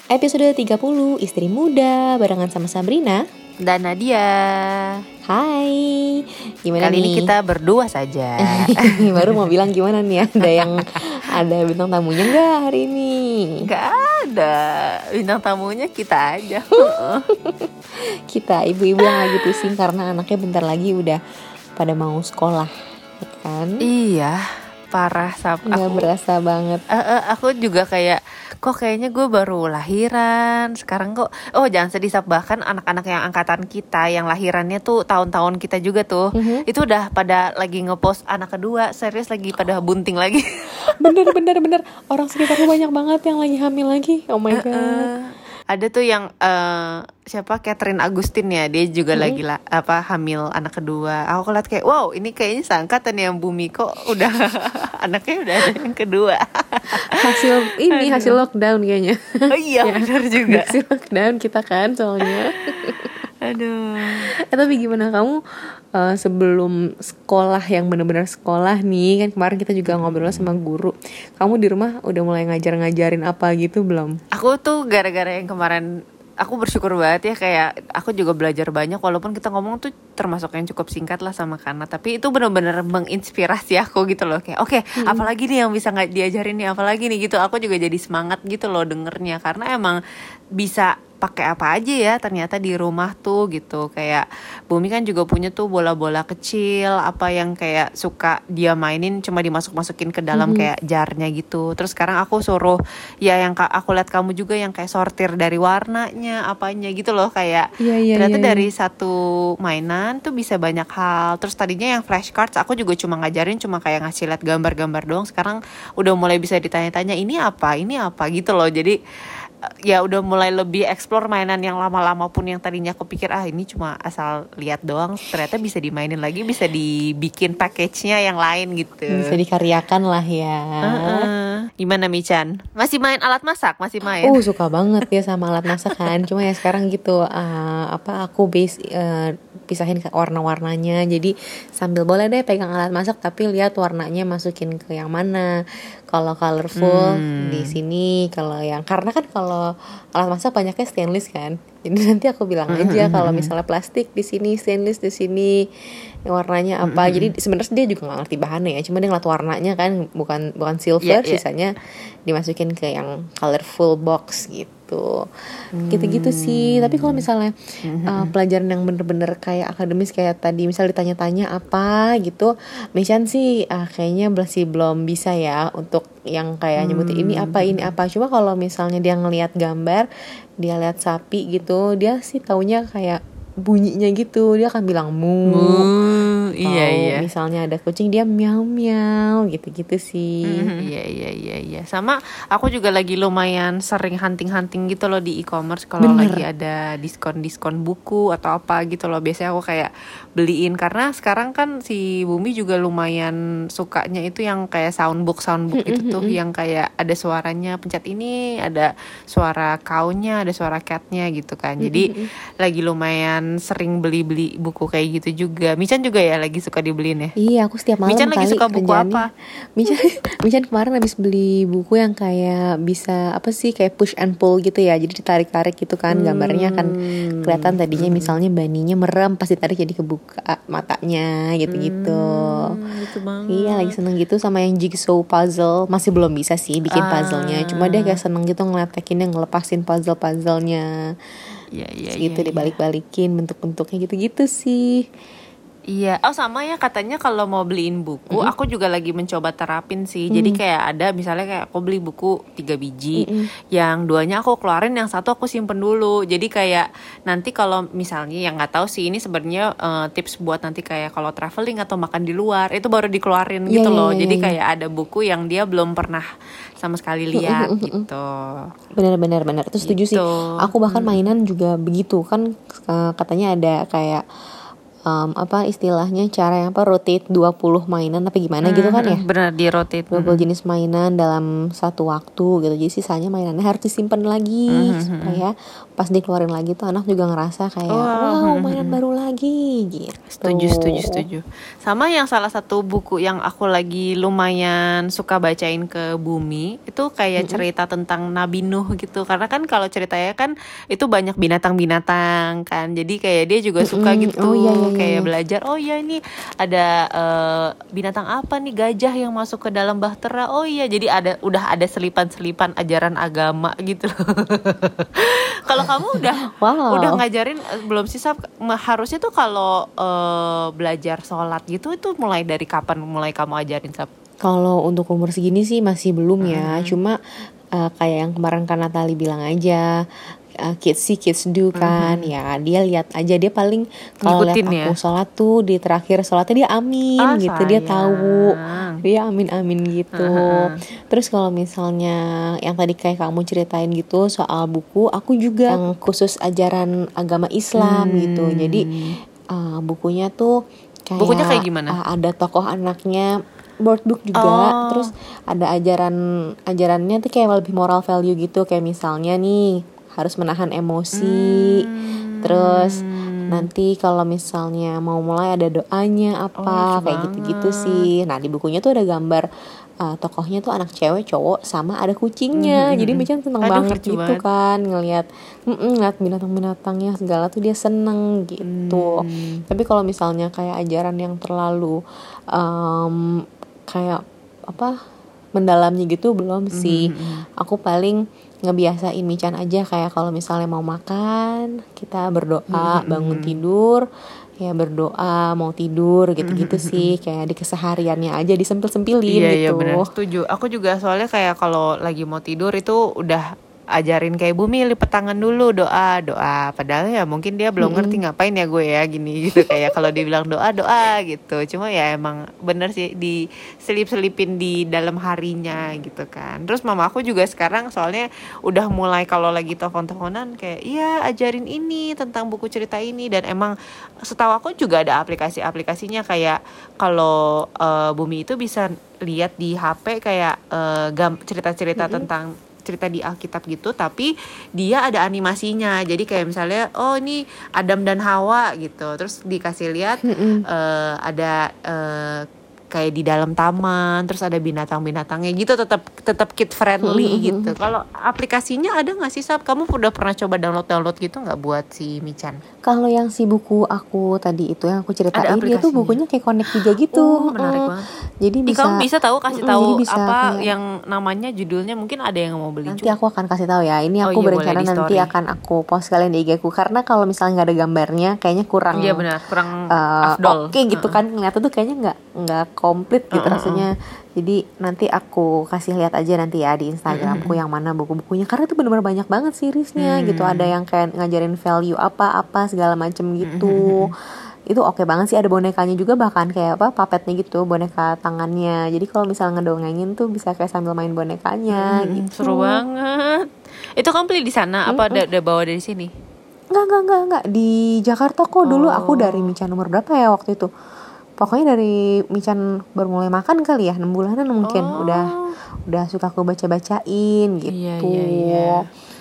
Episode 30 Istri Muda barengan sama Sabrina dan Nadia. Hai, gimana Kali nih? ini kita berdua saja. Baru mau bilang gimana nih, ada bintang tamunya nggak hari ini? Nggak ada, bintang tamunya kita aja. Kita ibu-ibu yang lagi pusing karena anaknya bentar lagi udah pada mau sekolah, ya kan? Iya, parah. Nggak berasa banget. Aku juga kok kayaknya gue baru lahiran sekarang kok. Oh jangan sedih Sab, bahkan anak-anak yang angkatan kita yang lahirannya tuh tahun-tahun kita juga tuh, itu udah pada lagi ngepost anak kedua, serius lagi pada bunting lagi. Bener. Orang sekitarku banyak banget yang lagi hamil lagi. Oh my god. Ada tuh yang siapa, Catherine Agustin ya, dia juga lagi hamil anak kedua. Aku lihat kayak wow, ini kayaknya seangkatan yang Bumi kok udah anaknya udah ada yang kedua. hasil lockdown kayaknya. Oh iya, benar juga. Hasil lockdown kita kan soalnya. Aduh. Tapi gimana kamu sebelum sekolah yang benar-benar sekolah nih, kan kemarin kita juga ngobrol sama guru. Kamu di rumah udah mulai ngajarin apa gitu belum? Aku tuh gara-gara yang kemarin, aku bersyukur banget ya, kayak aku juga belajar banyak walaupun kita ngomong tuh termasuk yang cukup singkat lah sama Kana, tapi itu benar-benar menginspirasi aku gitu loh, kayak oke, apalagi nih yang bisa nggak diajarin nih, apalagi nih gitu. Aku juga jadi semangat gitu loh dengernya, karena emang bisa pakai apa aja ya ternyata di rumah tuh gitu. Kayak Bumi kan juga punya tuh bola-bola kecil apa yang kayak suka dia mainin, cuma dimasuk-masukin ke dalam kayak jarnya gitu. Terus sekarang aku suruh ya yang aku lihat kamu juga yang kayak sortir dari warnanya apanya gitu loh, kayak ternyata dari satu mainan tuh bisa banyak hal. Terus tadinya yang flashcards aku juga cuma ngajarin, cuma kayak ngasih lihat gambar-gambar doang. Sekarang udah mulai bisa ditanya-tanya ini apa gitu loh. Jadi ya udah mulai lebih explore mainan yang lama-lama pun yang tadinya aku pikir ini cuma asal lihat doang, ternyata bisa dimainin lagi, bisa dibikin package-nya yang lain gitu. Bisa dikaryakan lah ya. Gimana Michan? Masih main alat masak? Masih main? Suka banget ya sama alat masak kan. Cuma ya sekarang gitu aku pisahin ke warna-warnanya. Jadi sambil boleh deh pegang alat masak tapi lihat warnanya masukin ke yang mana. Kalau colorful di sini, kalau yang karena kan kalau alat masak banyaknya stainless kan. Jadi nanti aku bilang aja kalau misalnya plastik di sini, stainless di sini, warnanya apa. Jadi sebenarnya dia juga nggak ngerti bahannya ya, cuma dia ngeliat warnanya kan, bukan silver, sisanya dimasukin ke yang colorful box gitu. Gitu-gitu sih. Tapi kalau misalnya pelajaran yang bener-bener kayak akademis kayak tadi, misal ditanya-tanya apa gitu, Mishan sih kayaknya masih belum bisa ya untuk yang kayak nyebutin ini apa. Cuma kalau misalnya dia ngelihat gambar, dia lihat sapi gitu, dia sih taunya kayak bunyinya gitu, dia akan bilang mu. Iya. Misalnya ada kucing dia miau gitu sih. Iya. Sama aku juga lagi lumayan sering hunting gitu loh di e-commerce kalau lagi ada diskon buku atau apa gitu loh. Biasanya aku kayak beliin, karena sekarang kan si Bumi juga lumayan sukanya itu yang kayak soundbook itu tuh yang kayak ada suaranya, pencet ini ada suara kaunya, ada suara catnya gitu kan. Jadi lagi lumayan sering beli buku kayak gitu juga. Michan juga ya lagi suka dibeliin ya? Iya, aku setiap malam Michan lagi suka buku apa? Michan kemarin habis beli buku yang kayak bisa kayak push and pull gitu ya. Jadi ditarik-tarik gitu kan, gambarnya kan kelihatan tadinya misalnya baninya merem, pas ditarik jadi kebuka matanya gitu-gitu. Gitu banget. Iya, lagi seneng gitu. Sama yang jigsaw puzzle, masih belum bisa sih bikin puzzle-nya. Cuma dia kayak seneng gitu ngelepekinnya, ngelepasin puzzle-nya. Iya. Gitu dibalik-balikin bentuk-bentuknya gitu-gitu sih. Iya, sama ya katanya kalau mau beliin buku, aku juga lagi mencoba terapin sih. Jadi kayak ada misalnya kayak aku beli buku 3 biji, yang 2-nya aku keluarin, yang 1 aku simpen dulu. Jadi kayak nanti kalau misalnya yang nggak tahu sih ini sebenarnya tips buat nanti kayak kalau traveling atau makan di luar itu baru dikeluarin gitu loh. Jadi kayak ada buku yang dia belum pernah sama sekali lihat gitu. Benar. Terus setuju sih. Aku bahkan mainan juga begitu kan, katanya ada kayak apa istilahnya cara yang apa rotate 20 mainan apa gimana gitu kan ya. Benar, di rotate. 20 jenis mainan dalam satu waktu gitu. Jadi sisanya mainannya harus disimpan lagi supaya pas dikeluarin lagi tuh anak juga ngerasa kayak wow mainan baru lagi gitu. Setuju. Sama yang salah satu buku yang aku lagi lumayan suka bacain ke Bumi itu kayak cerita tentang Nabi Nuh gitu. Karena kan kalau ceritanya kan itu banyak binatang-binatang kan. Jadi kayak dia juga suka gitu. Kayak belajar, oh iya ini ada binatang apa nih, gajah yang masuk ke dalam bahtera. Oh iya, jadi udah ada selipan-selipan ajaran agama gitu loh. Kalau kamu udah ngajarin belum sih, Sab? Harusnya tuh kalau belajar sholat gitu itu mulai dari kapan mulai kamu ajarin, Sab? Kalau untuk umur segini sih masih belum ya. Cuma kayak yang kemarin kan Natali bilang aja, kids see kids do kan. Ya dia lihat aja, dia paling kalau lihat aku sholat tuh di terakhir sholatnya dia amin gitu. Dia tahu, dia amin gitu. Terus kalau misalnya yang tadi kayak kamu ceritain gitu soal buku, aku juga yang khusus ajaran agama Islam gitu. Jadi bukunya tuh kayak gimana? Ada tokoh anaknya, board book juga. Terus ada ajarannya tuh kayak lebih moral value gitu. Kayak misalnya nih harus menahan emosi. Terus nanti kalau misalnya mau mulai ada doanya apa kayak gitu-gitu sih. Nah di bukunya tuh ada gambar tokohnya tuh anak cewek cowok sama ada kucingnya. Jadi macam seneng banget gitu kan ngelihat binatang-binatangnya segala tuh dia seneng gitu. Tapi kalau misalnya kayak ajaran yang terlalu kayak apa mendalamnya gitu belum sih. Aku paling ngebiasain Michan aja kayak kalau misalnya mau makan kita berdoa, bangun tidur ya berdoa, mau tidur gitu-gitu sih. Kayak di kesehariannya aja disempil-sempilin gitu. Iya benar, setuju. Aku juga soalnya kayak kalau lagi mau tidur itu udah ajarin kayak Bumi lipat tangan dulu, doa. Padahal ya mungkin dia belum ngerti ngapain ya gue ya gini gitu. Kayak kalau dia bilang doa gitu. Cuma ya emang bener sih diselip-selipin di dalam harinya gitu kan. Terus mama aku juga sekarang soalnya udah mulai kalau lagi telepon-teleponan kayak iya ajarin ini tentang buku cerita ini. Dan emang setahu aku juga ada aplikasinya kayak kalau Bumi itu bisa lihat di HP kayak cerita-cerita tentang cerita di Alkitab gitu, tapi dia ada animasinya. Jadi kayak misalnya oh ini Adam dan Hawa gitu, terus dikasih lihat ada kayak di dalam taman, terus ada binatang-binatangnya gitu, tetap kid friendly gitu. Kalau aplikasinya ada nggak sih, Sab? Kamu udah pernah coba download gitu nggak buat si Michan? Kalau yang si buku aku tadi itu yang aku ceritain dia tuh bukunya kayak connect juga gitu. Menarik banget. Jadi kamu bisa kasih tahu bisa apa kayak, yang namanya judulnya, mungkin ada yang mau beli nanti juga. aku akan kasih tahu ya. Ini aku berencana nanti akan aku post kalian di IG ku, karena kalau misalnya nggak ada gambarnya kayaknya kurang. Iya benar, kurang afdol. Oke gitu kan ngeliatnya tuh kayaknya nggak komplit gitu rasanya. Jadi nanti aku kasih lihat aja nanti ya di Instagramku yang mana buku-bukunya, karena itu benar-benar banyak banget seriesnya gitu. Ada yang kayak ngajarin value apa segala macem gitu. Itu oke banget sih. Ada bonekanya juga, bahkan kayak apa puppetnya gitu, boneka tangannya. Jadi kalau misalnya ngedongengin tuh bisa kayak sambil main bonekanya gitu. Seru banget. Itu kamu beli di sana apa udah bawa dari sini? Enggak di Jakarta kok. Dulu aku dari Michan nomor berapa ya waktu itu, pokoknya dari Michan baru mulai makan kali ya 6 bulanan mungkin. Udah suka aku baca-bacain gitu. Iya.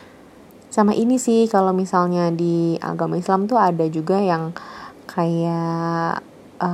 Sama ini sih kalau misalnya di agama Islam tuh ada juga yang kayak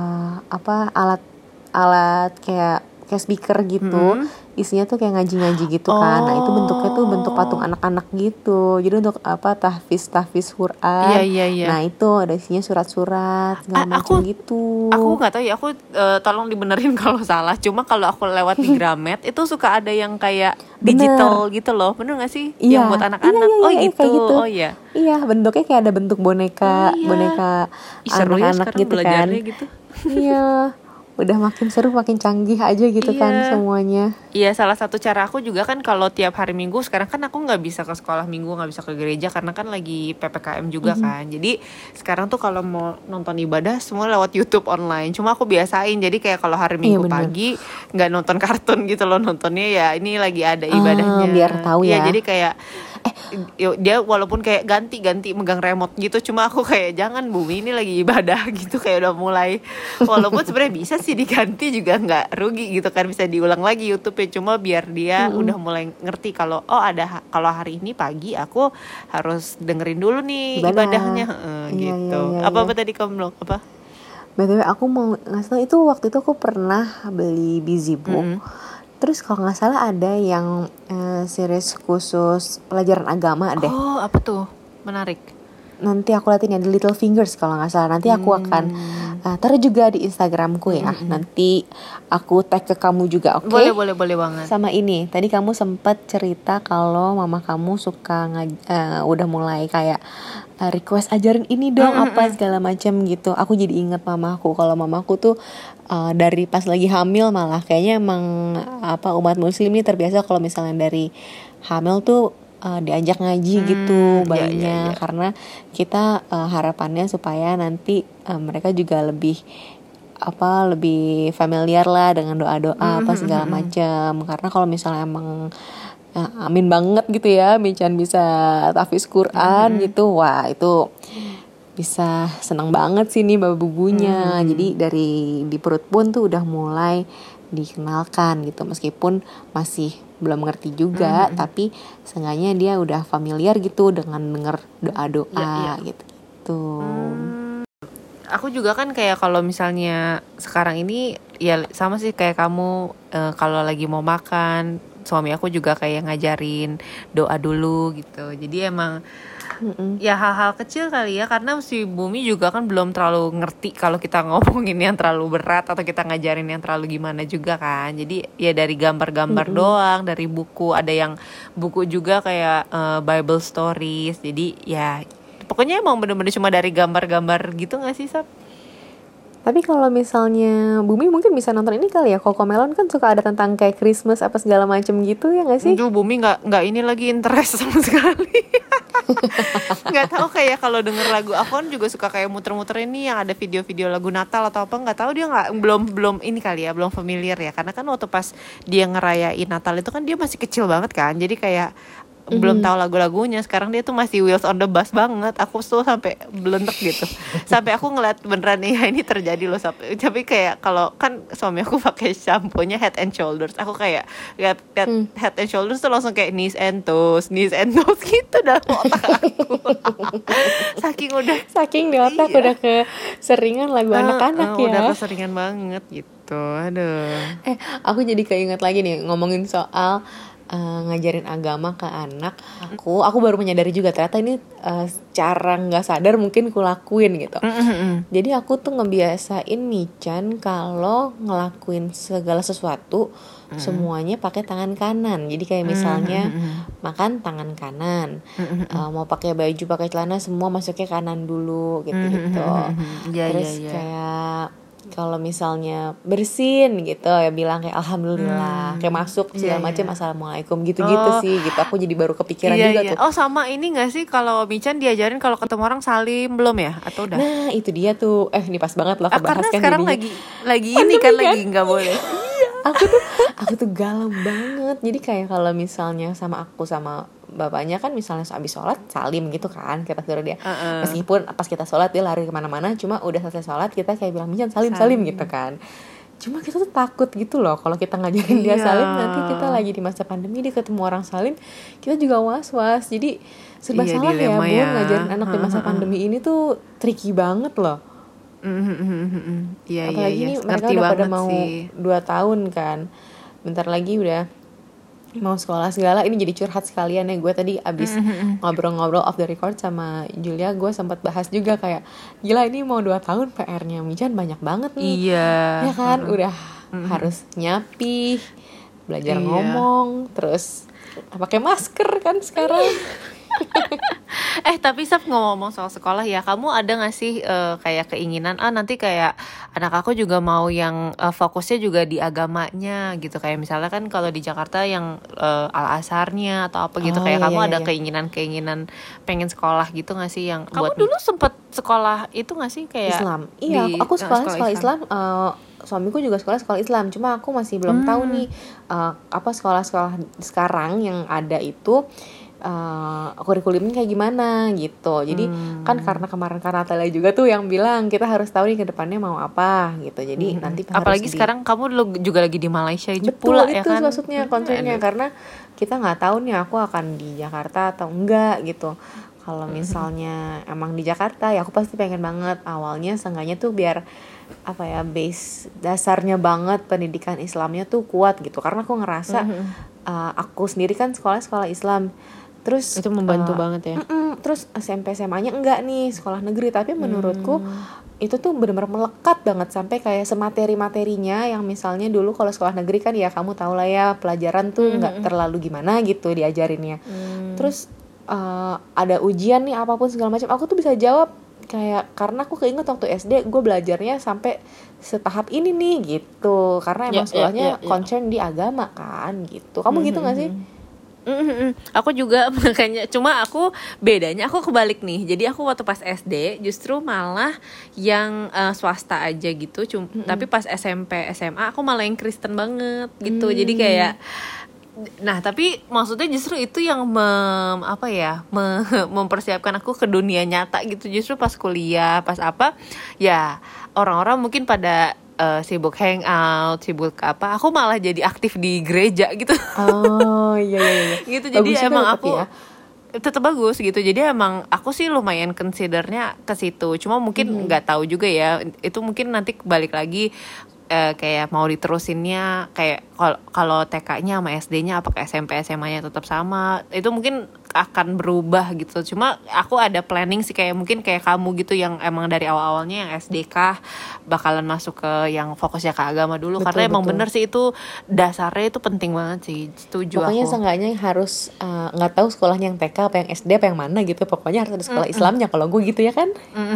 alat kayak speaker gitu. Isinya tuh kayak ngaji-ngaji gitu kan. Nah itu bentuknya tuh bentuk patung anak-anak gitu. Jadi untuk tahfiz Quran. Iya. Nah itu ada isinya surat-surat segala macam gitu. Aku nggak tahu ya. Aku tolong dibenerin kalau salah. Cuma kalau aku lewat di Gramet itu suka ada yang kayak digital gitu loh. Bener nggak sih? Iya. Yang buat anak-anak. Gitu. Gitu. Oh iya. Iya bentuknya kayak ada bentuk boneka anak-anak gitu kan. Gitu. Iya. Udah makin seru, makin canggih aja gitu kan semuanya. Iya, salah satu cara aku juga kan kalau tiap hari Minggu, sekarang kan aku nggak bisa ke sekolah Minggu, nggak bisa ke gereja karena kan lagi PPKM juga kan. Jadi sekarang tuh kalau mau nonton ibadah semua lewat YouTube online. Cuma aku biasain, jadi kayak kalau hari Minggu pagi nggak nonton kartun gitu loh, nontonnya ya ini lagi ada ibadahnya. Biar tahu ya. Jadi kayak dia walaupun kayak ganti megang remote gitu, cuma aku kayak jangan Bumi, ini lagi ibadah gitu, kayak udah mulai, walaupun sebenarnya bisa sih diganti juga nggak rugi gitu kan, bisa diulang lagi YouTube-nya, cuma biar dia udah mulai ngerti kalau kalau hari ini pagi aku harus dengerin dulu nih ibadahnya gitu. Iya. Apa tadi kamu bilang apa? BTW aku mau ngasih tau, itu waktu itu aku pernah beli Busy Book. Terus kalau nggak salah ada yang series khusus pelajaran agama deh. Oh, apa tuh? Menarik. Nanti aku liatin ya, di Little Fingers kalau nggak salah. Nanti aku akan taruh juga di Instagramku ya. Nanti aku tag ke kamu juga, oke? Boleh banget. Sama ini, tadi kamu sempat cerita kalau mama kamu suka udah mulai kayak request ajarin ini dong apa segala macam gitu. Aku jadi inget mamaku. Kalau mamaku tuh dari pas lagi hamil malah kayaknya emang umat muslim ini terbiasa kalau misalnya dari hamil tuh diajak ngaji gitu bayinya, karena kita harapannya supaya nanti mereka juga lebih familiar lah dengan doa-doa apa segala macam. Karena kalau misalnya emang amin banget gitu ya, Michan bisa tahfiz Quran gitu, wah itu bisa senang banget sih nih bapak bubunya. Jadi dari di perut pun tuh udah mulai dikenalkan gitu, meskipun masih belum mengerti juga, tapi seenggaknya dia udah familiar gitu dengan denger doa-doa gitu. Aku juga kan kayak kalau misalnya sekarang ini ya sama sih kayak kamu, kalau lagi mau makan suami aku juga kayak ngajarin doa dulu gitu. Jadi emang ya hal-hal kecil kali ya, karena si Bumi juga kan belum terlalu ngerti kalau kita ngomongin yang terlalu berat atau kita ngajarin yang terlalu gimana juga kan. Jadi ya dari gambar-gambar doang, dari buku, ada yang buku juga kayak Bible stories. Jadi ya pokoknya emang bener-bener cuma dari gambar-gambar gitu gak sih, Sab? Tapi kalau misalnya Bumi mungkin bisa nonton ini kali ya, Cocomelon kan suka ada tentang kayak Christmas apa segala macam gitu ya nggak sih? Itu Bumi nggak ini lagi interest sama sekali. Nggak tahu, kayak kalau denger lagu aku kan juga suka kayak muter-muter ini yang ada video-video lagu Natal atau apa, nggak tahu dia belum ini kali ya, belum familiar ya, karena kan waktu pas dia ngerayain Natal itu kan dia masih kecil banget kan, jadi kayak belum tahu lagu-lagunya. Sekarang dia tuh masih Wheels on the Bus banget. Aku tuh sampai belentek gitu. Sampai aku ngeliat beneran nih, ya ini terjadi loh. Tapi kayak kalau kan suami aku pakai shampoo-nya Head and Shoulders, aku kayak lihat Head and Shoulders tuh langsung kayak knees and toes gitu dalam otak aku. Saking di otak udah keseringan lagu anak-anak ya. Udah keseringan banget gitu. Aduh. Aku jadi keinget lagi nih ngomongin soal ngajarin agama ke anak. Aku baru menyadari juga ternyata ini secara nggak sadar mungkin kulakuin gitu. Jadi aku tuh ngebiasain Michan kalau ngelakuin segala sesuatu semuanya pakai tangan kanan. Jadi kayak misalnya makan tangan kanan, mau pakai baju pakai celana semua masuknya kanan dulu gitu. Terus kayak kalau misalnya bersin gitu ya bilang kayak alhamdulillah, kayak masuk segala macam assalamualaikum gitu-gitu sih gitu. Aku jadi baru kepikiran juga tuh. Oh sama ini nggak sih kalau Michan diajarin kalau ketemu orang salim belum ya atau udah? Nah itu dia tuh, ini pas banget loh kebahas karena kan sekarang jadinya. lagi ini kan lagi nggak boleh. aku tuh galau banget. Jadi kayak kalau misalnya sama bapaknya kan misalnya habis sholat salim gitu kan, kita suruh dia meskipun pas kita sholat dia lari kemana-mana, cuma udah selesai sholat kita kayak bilang Michan salim gitu kan. Cuma kita tuh takut gitu loh kalau kita ngajarin dia salim, nanti kita lagi di masa pandemi dia ketemu orang salim, kita juga was-was. Jadi serba salah ya Bun, ngajarin anak di masa pandemi ini tuh tricky banget loh. Apalagi ini mereka udah pada mau 2 tahun kan, bentar lagi udah mau sekolah segala. Ini jadi curhat sekalian ya, gue tadi abis ngobrol-ngobrol off the record sama Julia, gue sempat bahas juga kayak gila ini mau 2 tahun PR-nya Michan banyak banget nih. Ya kan udah harus nyapi, belajar ngomong, terus pakai masker kan sekarang. Tapi Saf, ngomong soal sekolah ya, kamu ada gak sih kayak keinginan nanti kayak anak aku juga mau yang fokusnya juga di agamanya gitu, kayak misalnya kan kalau di Jakarta yang Al-Azharnya atau apa gitu, kayak kamu ada keinginan pengen sekolah gitu gak sih, yang kamu dulu sempet sekolah itu gak sih kayak Islam? Iya, aku sekolah Islam. Suamiku juga sekolah Islam, cuma aku masih belum tahu nih apa sekolah-sekolah sekarang yang ada itu kurikulumnya kayak gimana gitu. Jadi kan karena kemarin Natalia juga tuh yang bilang kita harus tahu nih ke depannya mau apa gitu. Jadi nanti apalagi harus sekarang kamu juga lagi di Malaysia betul, pula itu ya kan. maksudnya concernnya karena kita nggak tahu nih aku akan di Jakarta atau enggak gitu. Kalau misalnya emang di Jakarta ya aku pasti pengen banget awalnya seenggaknya tuh biar apa ya, base dasarnya banget pendidikan Islamnya tuh kuat gitu. Karena aku ngerasa aku sendiri kan sekolah Islam. Terus itu membantu banget ya. Terus SMP SMA-nya enggak nih sekolah negeri, tapi menurutku itu tuh benar-benar melekat banget sampai kayak semateri-materinya yang misalnya dulu kalau sekolah negeri kan ya kamu tau lah ya pelajaran tuh nggak terlalu gimana gitu diajarinnya. Terus ada ujian nih apapun segala macam aku tuh bisa jawab kayak karena aku keinget waktu SD gue belajarnya sampai setahap ini nih gitu karena emang sekolahnya concern di agama kan gitu. Kamu gitu nggak sih? Aku juga makanya cuma aku bedanya aku kebalik nih. Jadi aku waktu pas SD justru malah yang swasta aja gitu. Tapi pas SMP SMA aku malah yang Kristen banget gitu. Jadi kayak nah tapi maksudnya justru itu yang mempersiapkan aku ke dunia nyata gitu. Justru pas kuliah pas apa ya orang-orang mungkin pada sibuk hangout, sibuk apa, aku malah jadi aktif di gereja gitu. Oh iya. Gitu jadi Bagusnya emang tetep aku ya? tetap bagus gitu. Jadi emang aku sih lumayan considernya ke situ. Cuma mungkin nggak tahu juga ya. Itu mungkin nanti balik lagi kayak mau diterusinnya kayak kalau TK-nya sama SD-nya apakah SMP SMA-nya tetap sama. Itu mungkin akan berubah gitu. Cuma aku ada planning sih kayak mungkin kayak kamu gitu yang emang dari awal-awalnya yang SD kah bakalan masuk ke yang fokusnya ke agama dulu. Betul, Karena emang betul. bener sih itu dasarnya itu penting banget sih. Setuju Pokoknya aku. seenggaknya harus nggak tahu sekolahnya yang TK apa yang SD apa yang mana gitu. Pokoknya harus ada sekolah Islamnya kalau gue gitu ya kan.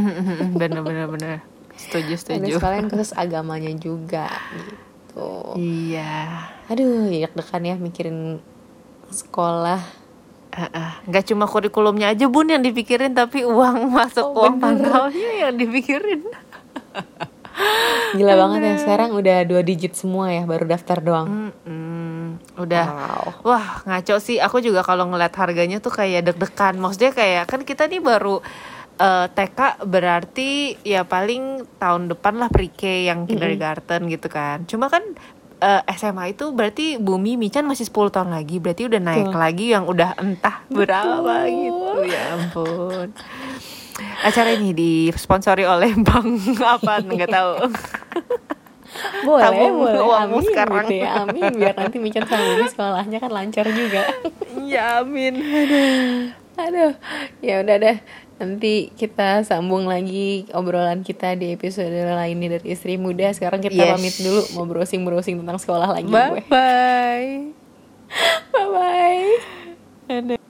Bener. Setuju. Ada sekolah yang khusus agamanya juga gitu. Iya. Aduh, ya deg-degan ya mikirin sekolah. Nggak cuma kurikulumnya aja Bun yang dipikirin, tapi uang masuk uang pangkalnya yang dipikirin. Gila banget ya sekarang udah 2 digit semua ya baru daftar doang. Udah. Wow. Wah ngaco sih. Aku juga kalau ngeliat harganya tuh kayak deg-degan. Maksudnya kayak kan kita nih baru TK berarti ya paling tahun depan lah pre-K yang kindergarten gitu kan. Cuma kan SMA itu berarti Bumi Mican masih 10 tahun lagi. Berarti udah naik lagi yang udah entah berapa gitu. Ya ampun. Acara ini disponsori oleh bank apa nggak tahu. Boleh uangmu amin sekarang. gitu ya, amin biar nanti Mican sama Bumi sekolahnya kan lancar juga. Ya amin. Aduh, ya udah deh. Nanti kita sambung lagi obrolan kita di episode lainnya dari Istri Muda. Sekarang kita pamit dulu, mau browsing tentang sekolah lagi. Bye. Bye.